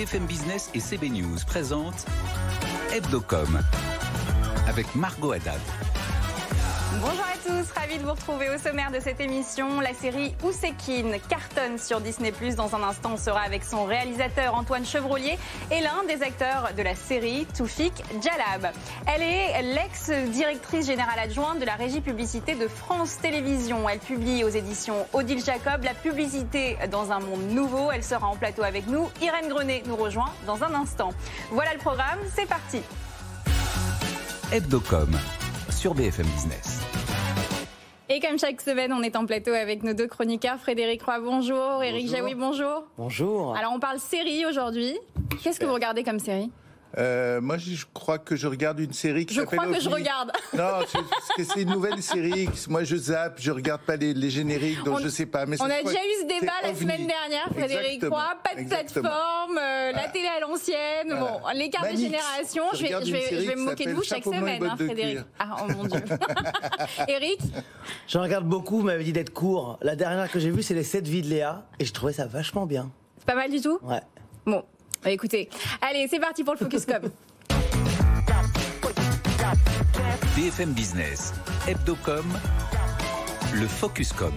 BFM Business et CB News présentent Hebdocom avec Margot Haddad. Bonjour à tous, ravi de vous retrouver au sommaire de cette émission. La série Oussekine cartonne sur Disney+. Dans un instant, on sera avec son réalisateur Antoine Chevrollier et l'un des acteurs de la série, Toufik Djalab. Elle est l'ex-directrice générale adjointe de la régie publicité de France Télévisions. Elle publie aux éditions Odile Jacob la publicité dans un monde nouveau. Elle sera en plateau avec nous. Irène Grenet nous rejoint dans un instant. Voilà le programme, c'est parti. Hebdocom sur BFM Business. Et comme chaque semaine, on est en plateau avec nos deux chroniqueurs. Frédéric Roy, bonjour. Éric Jaoui, bonjour. Bonjour. Alors, on parle série aujourd'hui. Qu'est-ce que vous regardez comme série ? Moi, je crois que je regarde une série qui s'appelle Je crois que OVNI. je regarde. Non, c'est une nouvelle série. Moi, je zappe, je regarde pas les génériques, donc je sais pas. Mais On a déjà eu ce débat la OVNI. semaine dernière, Frédéric Roy. Pas de plateforme, la télé à l'ancienne. Voilà. Bon, l'écart de génération. Je vais me moquer de vous chaque semaine, hein, Frédéric. Ah, oh mon Dieu. Éric ? J'en regarde beaucoup, vous m'avez dit d'être court. La dernière que j'ai vue, c'est les 7 vies de Léa, et je trouvais ça vachement bien. C'est pas mal du tout ? Ouais. Bon, bah écoutez, allez, c'est parti pour le Focus Com. BFM Business, Hebdocom, le Focuscom.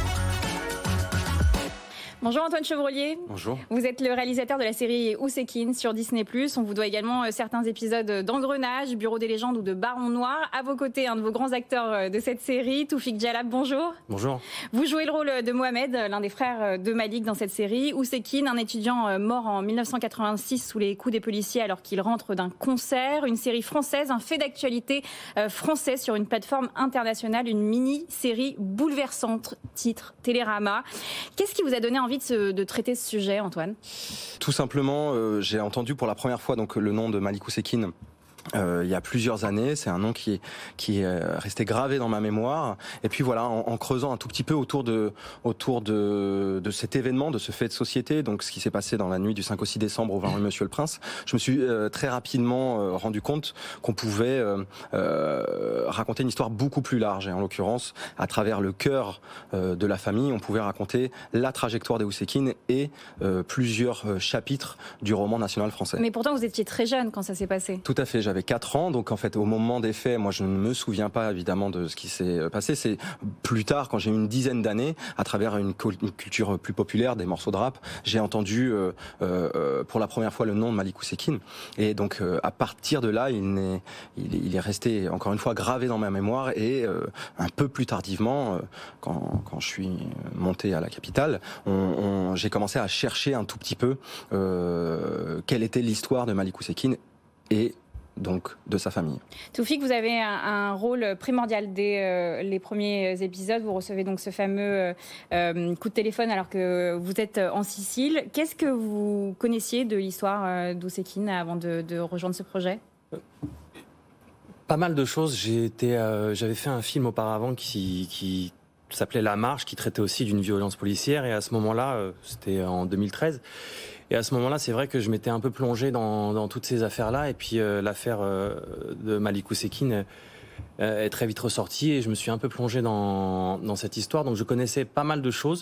Bonjour Antoine Chevrollier. Bonjour. Vous êtes le réalisateur de la série Oussekine sur Disney+. On vous doit également certains épisodes d'Engrenage, Bureau des légendes ou de Baron Noir. À vos côtés, un de vos grands acteurs de cette série, Toufik Djalab, bonjour. Bonjour. Vous jouez le rôle de Mohamed, l'un des frères de Malik dans cette série. Oussekine, un étudiant mort en 1986 sous les coups des policiers alors qu'il rentre d'un concert. Une série française, un fait d'actualité français sur une plateforme internationale, une mini-série bouleversante, titre Télérama. Qu'est-ce qui vous a donné envie de traiter ce sujet, Antoine ? Tout simplement, j'ai entendu pour la première fois donc le nom de Malik Oussekine. Il y a plusieurs années, c'est un nom qui est resté gravé dans ma mémoire. Et puis voilà, en creusant un tout petit peu autour de cet événement, de ce fait de société, donc ce qui s'est passé dans la nuit du 5 au 6 décembre au 20 rue Monsieur le Prince, je me suis très rapidement rendu compte qu'on pouvait raconter une histoire beaucoup plus large. Et en l'occurrence, à travers le cœur de la famille, on pouvait raconter la trajectoire des Oussekine et plusieurs chapitres du roman national français. Mais pourtant, vous étiez très jeune quand ça s'est passé. Tout à fait, j'avais 4 ans, donc en fait au moment des faits, moi je ne me souviens pas évidemment de ce qui s'est passé. C'est plus tard, quand j'ai eu une dizaine d'années, à travers une culture plus populaire, des morceaux de rap, j'ai entendu pour la première fois le nom de Malik Oussekine. Et donc à partir de là, il est resté encore une fois gravé dans ma mémoire. Et un peu plus tardivement, quand je suis monté à la capitale, j'ai commencé à chercher un tout petit peu quelle était l'histoire de Malik Oussekine et donc de sa famille. Toufik, vous avez un rôle primordial dès les premiers épisodes. Vous recevez donc ce fameux coup de téléphone alors que vous êtes en Sicile. Qu'est-ce que vous connaissiez de l'histoire d'Oussekine avant de rejoindre ce projet ? Pas mal de choses. J'avais fait un film auparavant qui s'appelait La Marche, qui traitait aussi d'une violence policière. Et à ce moment-là, c'était en 2013. Et à ce moment-là, c'est vrai que je m'étais un peu plongé dans toutes ces affaires-là. Et puis l'affaire de Malik Oussekine est très vite ressortie. Et je me suis un peu plongé dans cette histoire. Donc je connaissais pas mal de choses.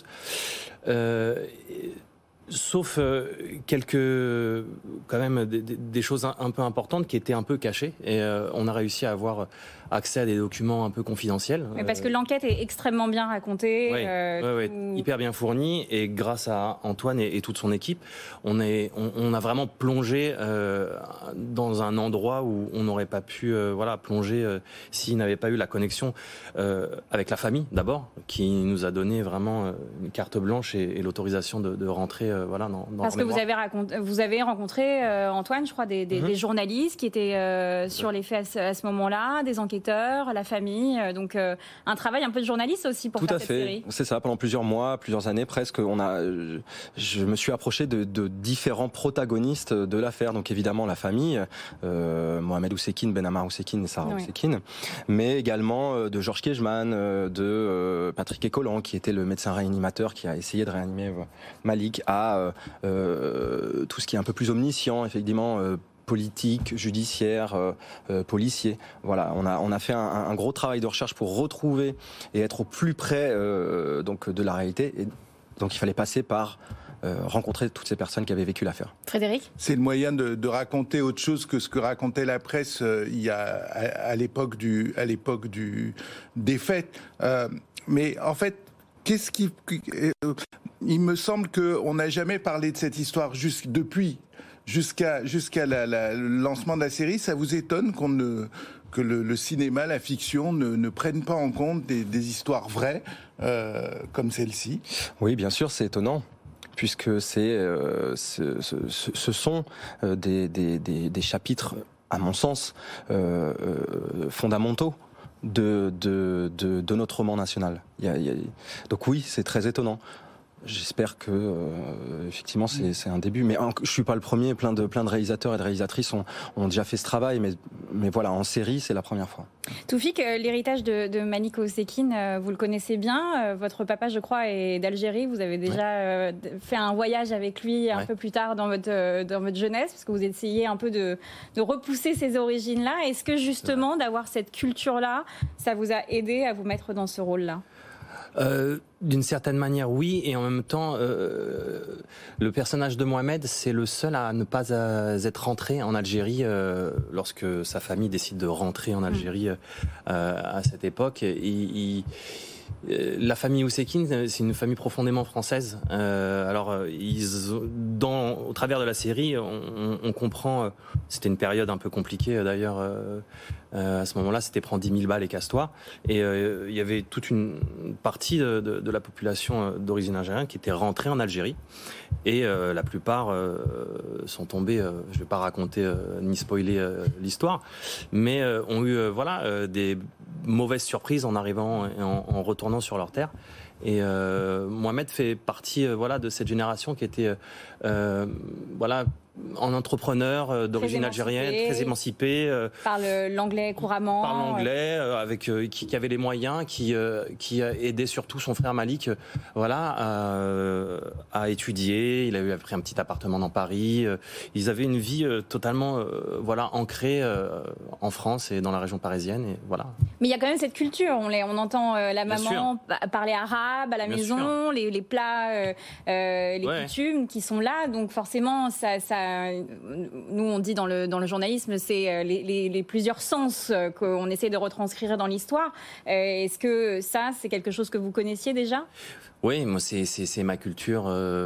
Sauf quelques, quand même, des choses un peu importantes qui étaient un peu cachées. Et on a réussi à avoir accès à des documents un peu confidentiels. Mais parce que l'enquête est extrêmement bien racontée. Oui, hyper bien fournie. Et grâce à Antoine et toute son équipe, on a vraiment plongé dans un endroit où on n'aurait pas pu plonger s'il n'avait pas eu la connexion avec la famille, d'abord, qui nous a donné vraiment une carte blanche et l'autorisation de rentrer dans parce que vous avez rencontré, Antoine, je crois, des journalistes qui étaient sur les faits à ce moment-là, des enquêteurs, la famille, donc un travail un peu de journaliste aussi pour faire cette série. C'est ça, pendant plusieurs mois, plusieurs années presque, je me suis approché de différents protagonistes de l'affaire, donc évidemment la famille, Mohamed Oussekine, Benamar Oussekine et Sarah Oussekine, mais également de Georges Kejman, de Patrick Écolan, qui était le médecin réanimateur qui a essayé de réanimer Malik, à tout ce qui est un peu plus omniscient, effectivement, politique, judiciaire, policier. Voilà, on a fait un gros travail de recherche pour retrouver et être au plus près donc de la réalité. Et donc il fallait passer par rencontrer toutes ces personnes qui avaient vécu l'affaire. Frédéric ? C'est le moyen de raconter autre chose que ce que racontait la presse il y a à l'époque des faits. Mais en fait, il me semble qu'on n'a jamais parlé de cette histoire jusqu'à le lancement de la série. Ça vous étonne que le cinéma, la fiction ne prennent pas en compte des histoires vraies comme celle-ci? Oui, bien sûr, c'est étonnant, puisque ce sont des chapitres, à mon sens, fondamentaux de notre roman national. Donc oui, c'est très étonnant. J'espère que effectivement c'est un début, mais je suis pas le premier. Plein de réalisateurs et de réalisatrices ont déjà fait ce travail, mais voilà, en série c'est la première fois. Toufik, l'héritage de Malik Oussekine, vous le connaissez bien. Votre papa, je crois, est d'Algérie. Vous avez déjà fait un voyage avec lui un peu plus tard dans votre jeunesse, parce que vous essayez un peu de repousser ces origines-là. Est-ce que justement d'avoir cette culture-là, ça vous a aidé à vous mettre dans ce rôle-là? D'une certaine manière, oui, et en même temps, le personnage de Mohamed, c'est le seul à ne pas être rentré en Algérie lorsque sa famille décide de rentrer en Algérie à cette époque. La famille Oussekine, c'est une famille profondément française. Au travers de la série, on comprend. C'était une période un peu compliquée d'ailleurs. À ce moment-là, c'était prends 10 000 balles et casse-toi. Et il y avait toute une partie de la population d'origine algérienne qui était rentrée en Algérie. Et la plupart sont tombés, je ne vais pas raconter ni spoiler l'histoire, mais ont eu des mauvaises surprises en arrivant et en retournant sur leur terre. Et Mohamed fait partie de cette génération qui était en entrepreneur d'origine algérienne, très émancipé. Parle l'anglais couramment. Parle l'anglais, qui avait les moyens, qui aidait surtout son frère Malik à étudier. Il a pris un petit appartement dans Paris. Ils avaient une vie totalement ancrée en France et dans la région parisienne. Et voilà. Mais il y a quand même cette culture. On entend la maman parler arabe à la maison, les plats, les coutumes qui sont là. Donc forcément, nous on dit dans le journalisme, c'est les plusieurs sens qu'on essaie de retranscrire dans l'histoire. Est-ce que ça, c'est quelque chose que vous connaissiez déjà ? Oui, moi c'est ma culture,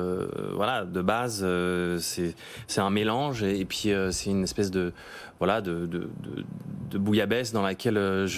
de base. C'est un mélange et puis c'est une espèce de bouillabaisse dans laquelle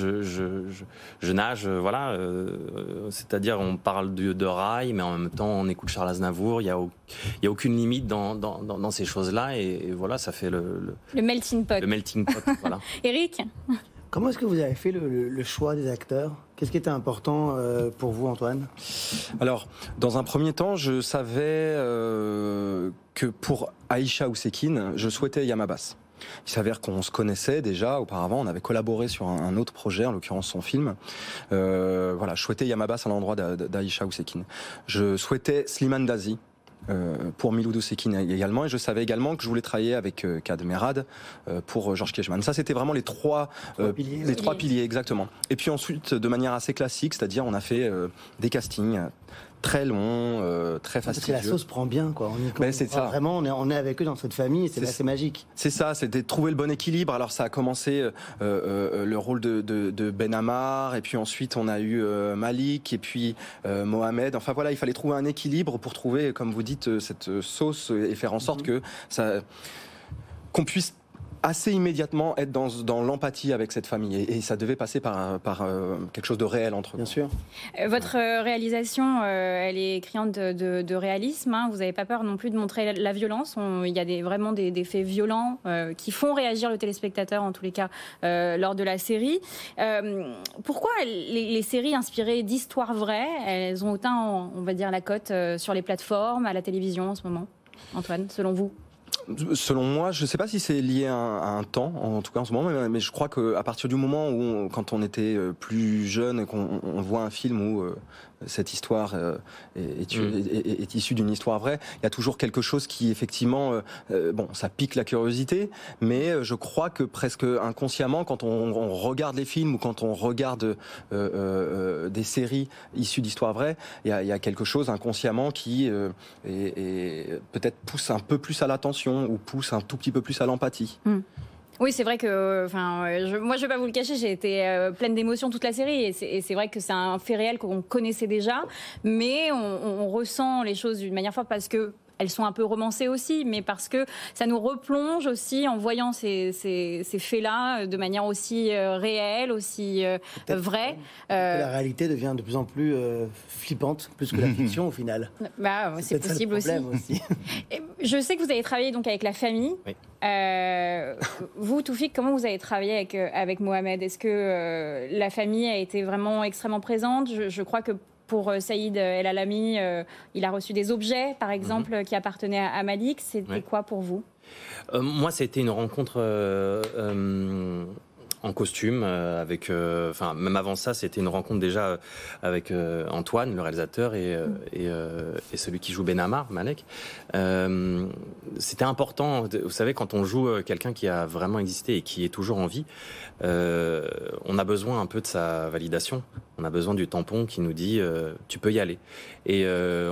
je nage. C'est-à-dire on parle de rail, mais en même temps on écoute Charles Aznavour. Il y a aucune limite dans ces choses-là et voilà, ça fait le melting pot. Le melting pot. Voilà. Eric ? Comment est-ce que vous avez fait le choix des acteurs ? Qu'est-ce qui était important pour vous, Antoine ? Alors, dans un premier temps, je savais que pour Aïcha Oussekine, je souhaitais Yam Abbas. Il s'avère qu'on se connaissait déjà auparavant, on avait collaboré sur un autre projet, en l'occurrence son film. Je souhaitais Yam Abbas à l'endroit d'Aïcha Oussekine. Je souhaitais Slimane Dazi pour Miloud Oussekine également, et je savais également que je voulais travailler avec Kad Merad pour Georges Kejman. Ça, c'était vraiment les trois piliers, exactement. Et puis ensuite, de manière assez classique, c'est-à-dire on a fait des castings très long, très fastidieux. Parce que la sauce prend bien, quoi. C'est ça. Vraiment, on est avec eux dans cette famille, c'est magique. C'est ça, c'était de trouver le bon équilibre. Alors ça a commencé le rôle de Ben Ammar, et puis ensuite on a eu Malik, et puis Mohamed. Enfin voilà, il fallait trouver un équilibre pour trouver, comme vous dites, cette sauce et faire en sorte qu'on puisse assez immédiatement être dans l'empathie avec cette famille. Et ça devait passer par quelque chose de réel entre eux. Bien sûr. Votre réalisation, elle est criante de réalisme. Vous n'avez pas peur non plus de montrer la violence. Il y a vraiment des faits violents qui font réagir le téléspectateur, en tous les cas, lors de la série. Pourquoi les séries inspirées d'histoires vraies, elles ont autant, on va dire, la cote sur les plateformes, à la télévision en ce moment ? Antoine, selon vous ? Selon moi, je ne sais pas si c'est lié à un temps, en tout cas en ce moment, mais je crois qu'à partir du moment où, quand on était plus jeune et qu'on voit un film où cette histoire est issue d'une histoire vraie, il y a toujours quelque chose qui effectivement, ça pique la curiosité, mais je crois que presque inconsciemment, quand on regarde les films ou quand on regarde des séries issues d'histoires vraies, il y a quelque chose inconsciemment qui peut-être pousse un peu plus à l'attention ou pousse un tout petit peu plus à l'empathie. Oui, c'est vrai que, moi, je vais pas vous le cacher, j'ai été pleine d'émotions toute la série, et c'est vrai que c'est un fait réel qu'on connaissait déjà, mais on ressent les choses d'une manière forte parce que elles sont un peu romancées aussi, mais parce que ça nous replonge aussi en voyant ces faits-là de manière aussi réelle, aussi vraie. La réalité devient de plus en plus flippante, plus que la fiction au final. C'est possible aussi. Je sais que vous avez travaillé donc avec la famille. Oui. Vous, Toufik, comment vous avez travaillé avec Mohamed ? Est-ce que la famille a été vraiment extrêmement présente ? Je crois que pour Saïd El Alami, il a reçu des objets, par exemple, qui appartenaient à Malik. C'était quoi pour vous ? Moi, c'était une rencontre en costume, avec, même avant ça, c'était une rencontre déjà avec Antoine, le réalisateur, et celui qui joue Benamar, Malek. C'était important, vous savez, quand on joue quelqu'un qui a vraiment existé et qui est toujours en vie, on a besoin un peu de sa validation. On a besoin du tampon qui nous dit tu peux y aller. Et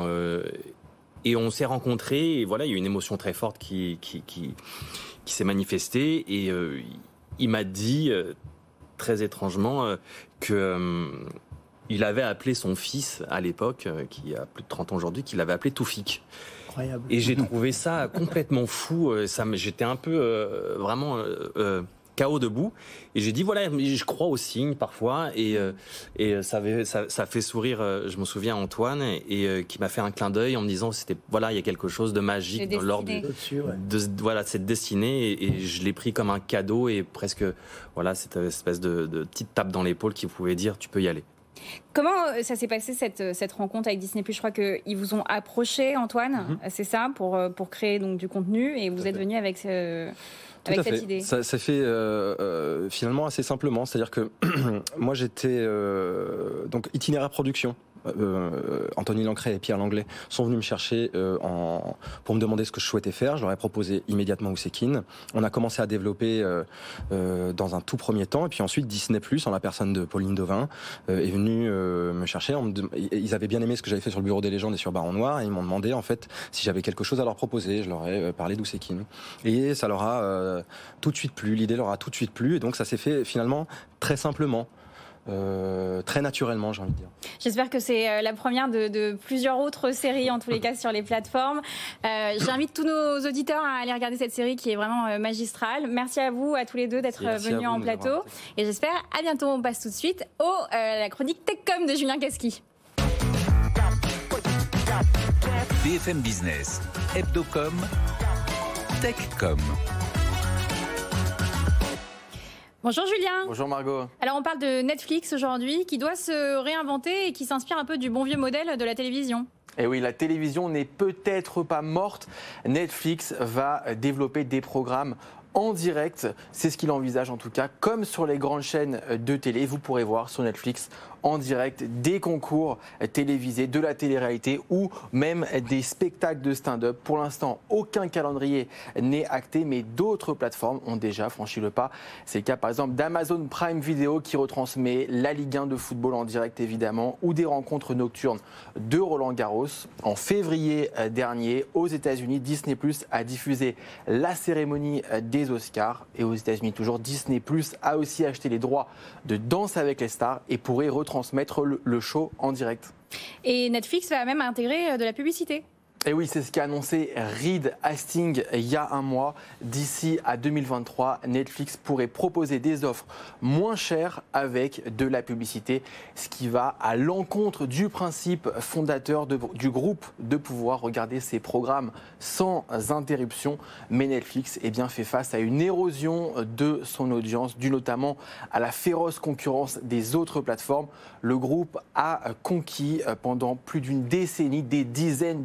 on s'est rencontrés, et voilà, il y a eu une émotion très forte qui s'est manifestée, et il m'a dit, très étrangement, qu'il avait appelé son fils, à l'époque, qui a plus de 30 ans aujourd'hui, qu'il avait appelé Toufik. Incroyable. Et j'ai trouvé ça complètement fou. J'étais un peu KO debout. Et j'ai dit, voilà, je crois aux signes parfois. Et ça fait sourire, je me souviens, Antoine, et qui m'a fait un clin d'œil en me disant, il y a quelque chose de magique dans l'ordre de cette destinée. Et je l'ai pris comme un cadeau, et presque, cette espèce de petite tape dans l'épaule qui pouvait dire, tu peux y aller. Comment ça s'est passé cette rencontre avec Disney+? Je crois qu'ils vous ont approché, Antoine, c'est ça, pour créer donc du contenu, et vous êtes venu avec cette idée. Ça s'est fait finalement assez simplement, c'est-à-dire que moi j'étais donc itinéraire production. Anthony Lancret et Pierre Langlais sont venus me chercher pour me demander ce que je souhaitais faire. Je leur ai proposé immédiatement Oussekine. On a commencé à développer dans un tout premier temps, et puis ensuite Disney+, en la personne de Pauline Dauvin, est venu me chercher. Ils avaient bien aimé ce que j'avais fait sur le Bureau des légendes et sur Baron Noir, et ils m'ont demandé en fait si j'avais quelque chose à leur proposer. Je leur ai parlé d'Oussekine, et ça leur a tout de suite plu. L'idée leur a tout de suite plu, et donc ça s'est fait finalement très simplement. Très naturellement, j'ai envie de dire. J'espère que c'est la première de plusieurs autres séries, en tous les cas, sur les plateformes. J'invite tous nos auditeurs à aller regarder cette série qui est vraiment magistrale. Merci à vous, à tous les deux, d'être venus en plateau. Et j'espère à bientôt. On passe tout de suite la chronique TechCom de Julien Casqui. BFM Business, Hebdocom, TechCom. Bonjour Julien. Bonjour Margot. Alors on parle de Netflix aujourd'hui, qui doit se réinventer et qui s'inspire un peu du bon vieux modèle de la télévision. Et oui, la télévision n'est peut-être pas morte. Netflix va développer des programmes en direct, c'est ce qu'il envisage en tout cas, comme sur les grandes chaînes de télé. Vous pourrez voir sur Netflix en direct des concours télévisés, de la télé-réalité ou même des spectacles de stand-up. Pour l'instant, aucun calendrier n'est acté, mais d'autres plateformes ont déjà franchi le pas. C'est le cas par exemple d'Amazon Prime Video qui retransmet la Ligue 1 de football en direct évidemment, ou des rencontres nocturnes de Roland Garros. En février dernier, aux États-Unis, Disney+ a diffusé la cérémonie des Oscars, et aux États-Unis toujours, Disney+ a aussi acheté les droits de Danse avec les stars et pourrait retransmettre le show en direct. Et Netflix va même intégrer de la publicité. Et oui, c'est ce qu'a annoncé Reed Hastings il y a un mois. D'ici à 2023, Netflix pourrait proposer des offres moins chères avec de la publicité, ce qui va à l'encontre du principe fondateur du groupe de pouvoir regarder ses programmes sans interruption. Mais Netflix fait face à une érosion de son audience, due notamment à la féroce concurrence des autres plateformes. Le groupe a conquis pendant plus d'une décennie des dizaines de millions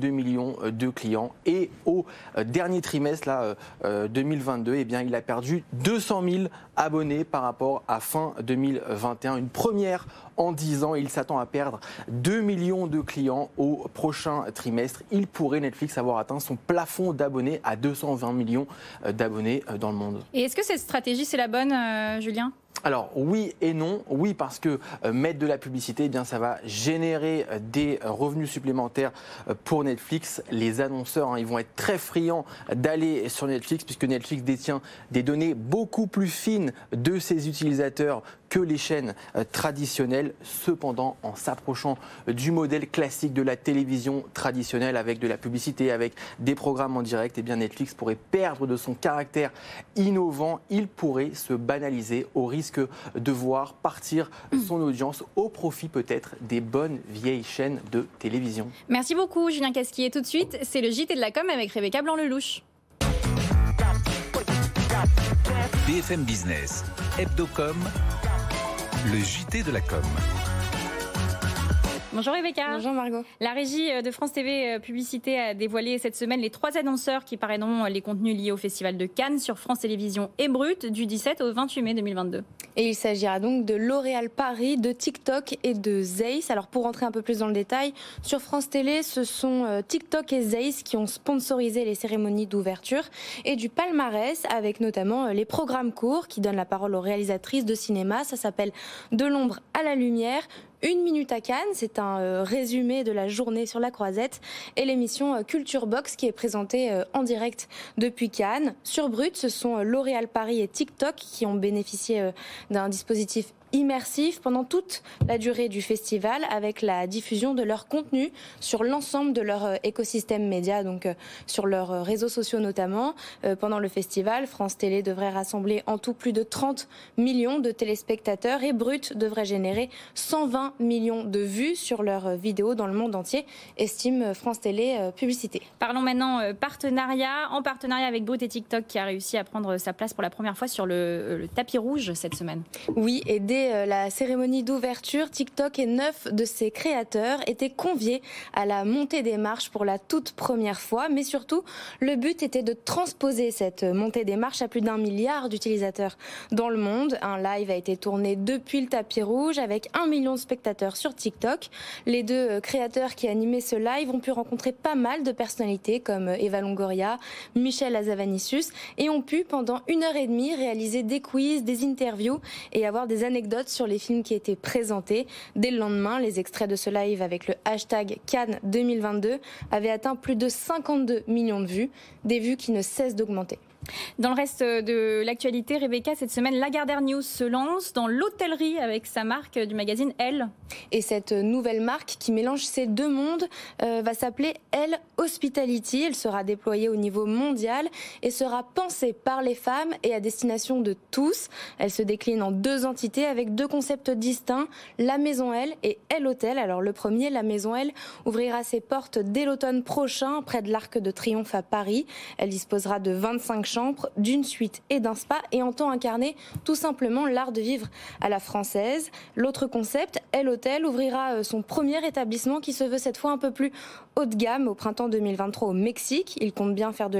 millions de clients. Et au dernier trimestre, là, 2022, eh bien, il a perdu 200 000 abonnés par rapport à fin 2021. Une première en 10 ans. Il s'attend à perdre 2 millions de clients au prochain trimestre. Il pourrait, Netflix, avoir atteint son plafond d'abonnés à 220 millions d'abonnés dans le monde. Et est-ce que cette stratégie, c'est la bonne, Julien ? Alors oui et non. Oui, parce que mettre de la publicité, eh bien, ça va générer des revenus supplémentaires pour Netflix. Les annonceurs, ils vont être très friands d'aller sur Netflix, puisque Netflix détient des données beaucoup plus fines de ses utilisateurs que les chaînes traditionnelles. Cependant, en s'approchant du modèle classique de la télévision traditionnelle, avec de la publicité, avec des programmes en direct, eh bien, Netflix pourrait perdre de son caractère innovant. Il pourrait se banaliser au risque de voir partir son audience au profit peut-être des bonnes vieilles chaînes de télévision. Merci beaucoup Julien Casquier. Tout de suite, c'est le JT de la com avec Rebecca Blanc-Lelouch. BFM Business, Hebdocom, le JT de la com. Bonjour Rebecca. Bonjour Margot. La régie de France TV Publicité a dévoilé cette semaine les 3 annonceurs qui parraineront les contenus liés au Festival de Cannes sur France Télévisions et Brut du 17 au 28 mai 2022. Et il s'agira donc de L'Oréal Paris, de TikTok et de Zeiss. Alors pour rentrer un peu plus dans le détail, sur France Télé, ce sont TikTok et Zeiss qui ont sponsorisé les cérémonies d'ouverture et du palmarès avec notamment les programmes courts qui donnent la parole aux réalisatrices de cinéma. Ça s'appelle De l'ombre à la lumière. 1 minute à Cannes, c'est un résumé de la journée sur la Croisette, et l'émission Culture Box qui est présentée en direct depuis Cannes. Sur Brut, ce sont L'Oréal Paris et TikTok qui ont bénéficié d'un dispositif immersif pendant toute la durée du festival avec la diffusion de leur contenu sur l'ensemble de leur écosystème média, donc sur leurs réseaux sociaux notamment. Pendant le festival, France Télé devrait rassembler en tout plus de 30 millions de téléspectateurs et Brut devrait générer 120 millions de vues sur leurs vidéos dans le monde entier, estime France Télé Publicité. Parlons maintenant partenariat, en partenariat avec Brut et TikTok qui a réussi à prendre sa place pour la première fois sur le tapis rouge cette semaine. Oui, et dès la cérémonie d'ouverture, TikTok et 9 de ses créateurs étaient conviés à la montée des marches pour la toute première fois. Mais surtout, le but était de transposer cette montée des marches à plus d'1 milliard d'utilisateurs dans le monde. Un live a été tourné depuis le tapis rouge avec 1 million de spectateurs sur TikTok. Les 2 créateurs qui animaient ce live ont pu rencontrer pas mal de personnalités comme Eva Longoria, Michel Hazanavicius et ont pu pendant 1h30 réaliser des quiz, des interviews et avoir des anecdotes sur les films qui étaient présentés. Dès le lendemain, les extraits de ce live avec le hashtag Cannes 2022 avaient atteint plus de 52 millions de vues, des vues qui ne cessent d'augmenter. Dans le reste de l'actualité, Rebecca, cette semaine, Lagardère News se lance dans l'hôtellerie avec sa marque du magazine Elle. Et cette nouvelle marque qui mélange ces 2 mondes va s'appeler Elle Hospitality. Elle sera déployée au niveau mondial et sera pensée par les femmes et à destination de tous. Elle se décline en 2 entités avec 2 concepts distincts, la Maison Elle et Elle Hôtel. Alors le premier, la Maison Elle, ouvrira ses portes dès l'automne prochain près de l'Arc de Triomphe à Paris. Elle disposera de 25 chambres, d'une suite et d'un spa et entend incarner tout simplement l'art de vivre à la française. L'autre concept, Elle Hôtel, ouvrira son premier établissement qui se veut cette fois un peu plus haut de gamme au printemps 2023 au Mexique. Il compte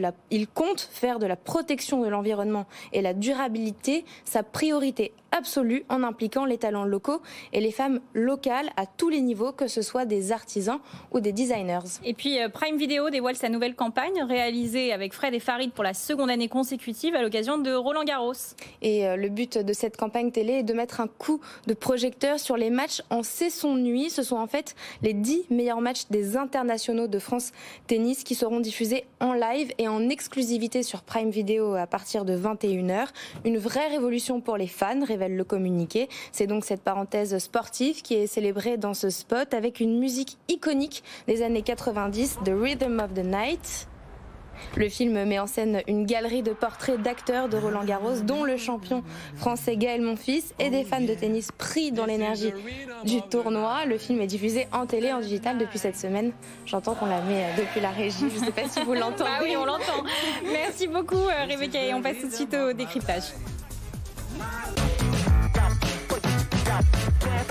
faire de la protection de l'environnement et la durabilité sa priorité absolue en impliquant les talents locaux et les femmes locales à tous les niveaux, que ce soit des artisans ou des designers. Et puis Prime Video dévoile sa nouvelle campagne réalisée avec Fred et Farid pour la 2e année consécutive à l'occasion de Roland-Garros. Et le but de cette campagne télé est de mettre un coup de projecteur sur les matchs en session de nuit. Ce sont en fait les 10 meilleurs matchs des internationaux de France Tennis qui seront diffusés en live et en exclusivité sur Prime Video à partir de 21h. Une vraie révolution pour les fans, révèle le communiqué. C'est donc cette parenthèse sportive qui est célébrée dans ce spot avec une musique iconique des années 90, The Rhythm of the Night. Le film met en scène une galerie de portraits d'acteurs de Roland-Garros, dont le champion français Gaël Monfils et des fans de tennis pris dans l'énergie du tournoi. Le film est diffusé en télé, en digital depuis cette semaine. J'entends qu'on la met depuis la régie. Je ne sais pas si vous l'entendez. Ah oui, on l'entend. Merci beaucoup Rebecca et on passe tout de suite au décryptage.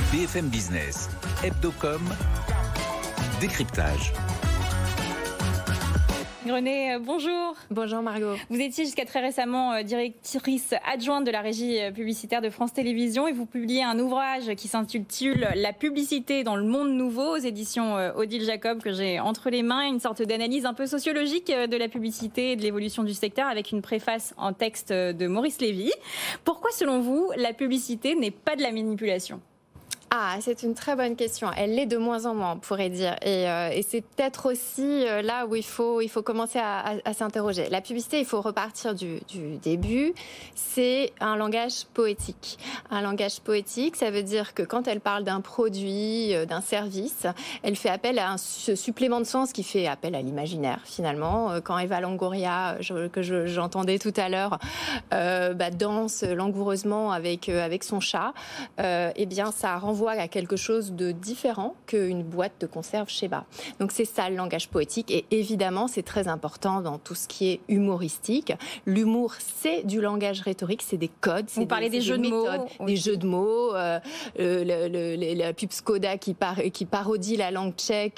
BFM Business, Hebdocom, décryptage. Grenet, bonjour. Bonjour Margot. Vous étiez jusqu'à très récemment directrice adjointe de la régie publicitaire de France Télévisions et vous publiez un ouvrage qui s'intitule « La publicité dans le monde nouveau » aux éditions Odile Jacob que j'ai entre les mains, une sorte d'analyse un peu sociologique de la publicité et de l'évolution du secteur avec une préface en texte de Maurice Lévy. Pourquoi, selon vous, la publicité n'est pas de la manipulation ? Ah, c'est une très bonne question. Elle l'est de moins en moins, on pourrait dire. Et c'est peut-être aussi là où il faut commencer à s'interroger. La publicité, il faut repartir du début. C'est un langage poétique. Un langage poétique, ça veut dire que quand elle parle d'un produit, d'un service, elle fait appel à ce supplément de sens qui fait appel à l'imaginaire, finalement. Quand Eva Longoria, que j'entendais tout à l'heure, danse langoureusement avec son chat, eh bien, ça renvoie à quelque chose de différent qu'une boîte de conserve Sheba. Donc c'est ça le langage poétique et évidemment c'est très important dans tout ce qui est humoristique. L'humour c'est du langage rhétorique, c'est des codes. Vous parlez des jeux de mots. Des jeux de mots, la pub Skoda qui parodie la langue tchèque,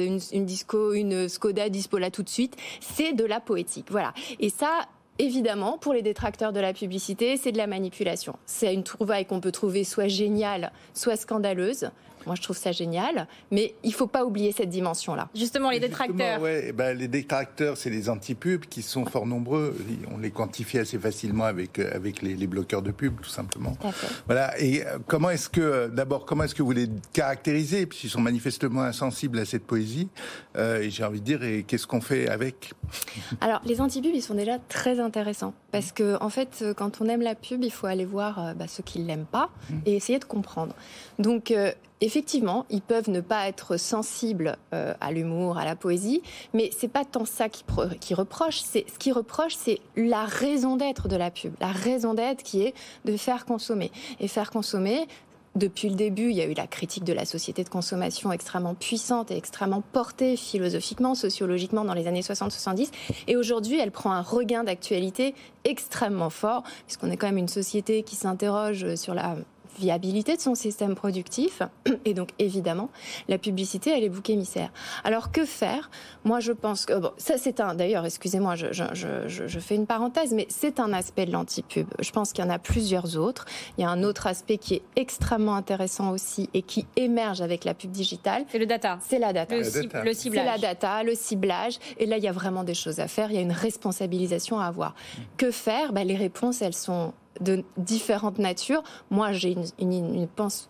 une Skoda dispo là tout de suite, c'est de la poétique. Voilà. Et ça, évidemment, pour les détracteurs de la publicité, c'est de la manipulation. C'est une trouvaille qu'on peut trouver soit géniale, soit scandaleuse. Moi, je trouve ça génial, mais il ne faut pas oublier cette dimension-là. Justement, les détracteurs. Les détracteurs, c'est les anti-pubs qui sont fort nombreux. On les quantifie assez facilement avec les bloqueurs de pubs, tout simplement. Voilà. Et comment est-ce que vous les caractérisez, puisqu'ils sont manifestement insensibles à cette poésie, et j'ai envie de dire, et qu'est-ce qu'on fait avec ? Alors, les anti-pubs, ils sont déjà très intéressants. Parce que, en fait, quand on aime la pub, il faut aller voir ceux qui ne l'aiment pas et essayer de comprendre. Donc, effectivement, ils peuvent ne pas être sensibles à l'humour, à la poésie, mais c'est pas tant ça qui reproche. Ce qui reproche, c'est la raison d'être de la pub, la raison d'être qui est de faire consommer. Et faire consommer, depuis le début, il y a eu la critique de la société de consommation extrêmement puissante et extrêmement portée philosophiquement, sociologiquement dans les années 60-70. Et aujourd'hui, elle prend un regain d'actualité extrêmement fort, puisqu'on est quand même une société qui s'interroge sur la viabilité de son système productif. Et donc, évidemment, la publicité, elle est bouc émissaire. Alors, que faire ? Moi, je pense que... ça, c'est un... D'ailleurs, excusez-moi, je fais une parenthèse, mais c'est un aspect de l'anti-pub. Je pense qu'il y en a plusieurs autres. Il y a un autre aspect qui est extrêmement intéressant aussi et qui émerge avec la pub digitale. C'est le data. C'est la data. Le ciblage. C'est la data, le ciblage. Et là, il y a vraiment des choses à faire. Il y a une responsabilisation à avoir. Que faire ? Les réponses, elles sont de différentes natures. Moi, j'ai une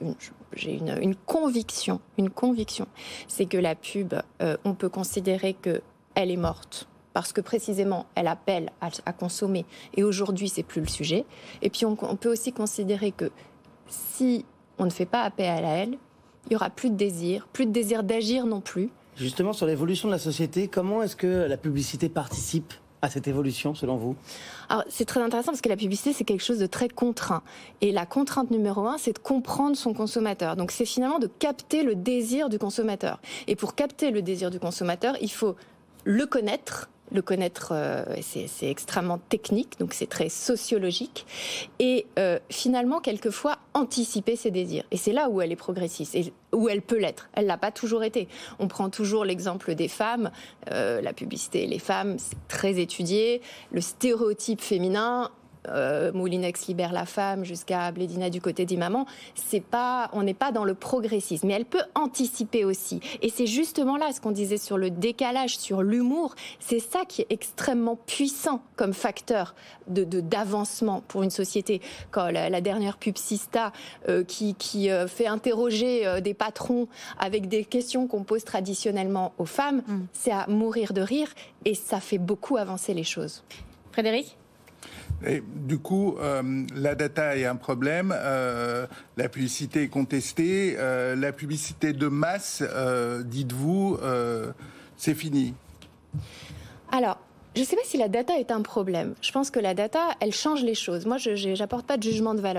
conviction. Une conviction, c'est que la pub, on peut considérer qu'elle est morte. Parce que précisément, elle appelle à consommer. Et aujourd'hui, c'est plus le sujet. Et puis, on peut aussi considérer que si on ne fait pas appel à elle, il y aura plus de désir d'agir non plus. Justement, sur l'évolution de la société, comment est-ce que la publicité participe à cette évolution, selon vous ? Alors, c'est très intéressant parce que la publicité, c'est quelque chose de très contraint. Et la contrainte numéro 1, c'est de comprendre son consommateur. Donc, c'est finalement de capter le désir du consommateur. Et pour capter le désir du consommateur, il faut le connaître. Le connaître, c'est extrêmement technique, donc c'est très sociologique. Et finalement, quelquefois, anticiper ses désirs. Et c'est là où elle est progressiste, et où elle peut l'être. Elle ne l'a pas toujours été. On prend toujours l'exemple des femmes. La publicité et les femmes, c'est très étudié. Le stéréotype féminin... Moulinex libère la femme jusqu'à Blédina du côté d'Imaman, on n'est pas dans le progressisme, mais elle peut anticiper aussi. Et c'est justement là ce qu'on disait sur le décalage, sur l'humour, c'est ça qui est extrêmement puissant comme facteur d'avancement pour une société. Quand la dernière pub Sista qui fait interroger des patrons avec des questions qu'on pose traditionnellement aux femmes, c'est à mourir de rire et ça fait beaucoup avancer les choses. Frédéric ? Et du coup, la data est un problème, la publicité est contestée, la publicité de masse, dites-vous, c'est fini. Alors, je ne sais pas si la data est un problème. Je pense que la data, elle change les choses. Moi, je n'apporte pas de jugement de valeur.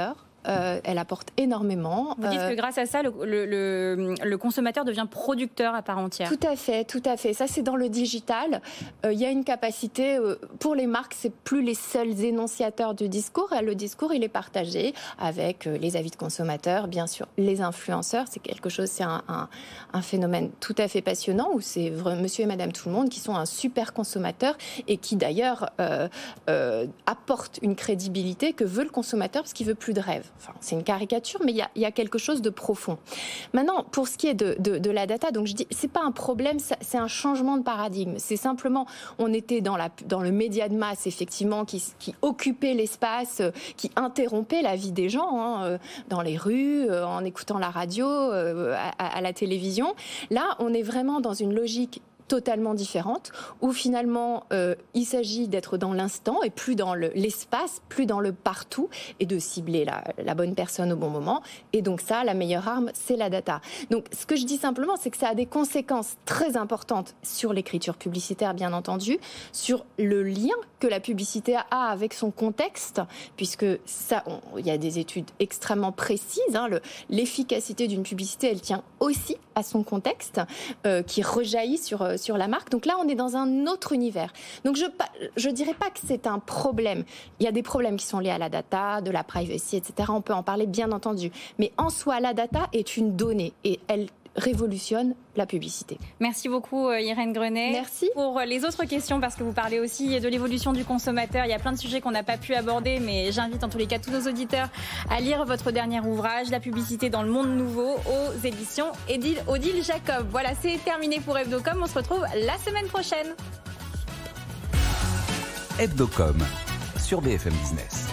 elle apporte énormément. Vous dites que grâce à ça, le consommateur devient producteur à part entière. Tout à fait. Ça, c'est dans le digital. Il y a une capacité, pour les marques, c'est plus les seuls énonciateurs du discours. Le discours, il est partagé avec les avis de consommateurs, bien sûr, les influenceurs. C'est quelque chose, c'est un phénomène tout à fait passionnant où c'est monsieur et madame tout le monde qui sont un super consommateur et qui d'ailleurs apportent une crédibilité que veut le consommateur parce qu'il veut plus de rêve. Enfin, c'est une caricature, mais il y a quelque chose de profond. Maintenant, pour ce qui est de la data, donc je dis, c'est pas un problème, c'est un changement de paradigme. C'est simplement, on était dans le média de masse, effectivement, qui occupait l'espace, qui interrompait la vie des gens, dans les rues, en écoutant la radio, à la télévision. Là, on est vraiment dans une logique totalement différente, où finalement il s'agit d'être dans l'instant et plus dans l'espace, plus dans le partout, et de cibler la bonne personne au bon moment. Et donc ça, la meilleure arme, c'est la data. Donc ce que je dis simplement, c'est que ça a des conséquences très importantes sur l'écriture publicitaire, bien entendu, sur le lien que la publicité a avec son contexte, puisque ça, il y a des études extrêmement précises. L'efficacité d'une publicité, elle tient aussi à son contexte, qui rejaillit sur la marque. Donc là, on est dans un autre univers. Donc je dirais pas que c'est un problème. Il y a des problèmes qui sont liés à la data, de la privacy, etc. On peut en parler, bien entendu. Mais en soi, la data est une donnée et elle révolutionne la publicité. Merci beaucoup Irène Grenet. Merci. Pour les autres questions, parce que vous parlez aussi de l'évolution du consommateur, il y a plein de sujets qu'on n'a pas pu aborder, mais j'invite en tous les cas tous nos auditeurs à lire votre dernier ouvrage, La publicité dans le monde nouveau, aux éditions Odile Jacob. Voilà, c'est terminé pour Hebdocom. On se retrouve la semaine prochaine. Hebdocom sur BFM Business.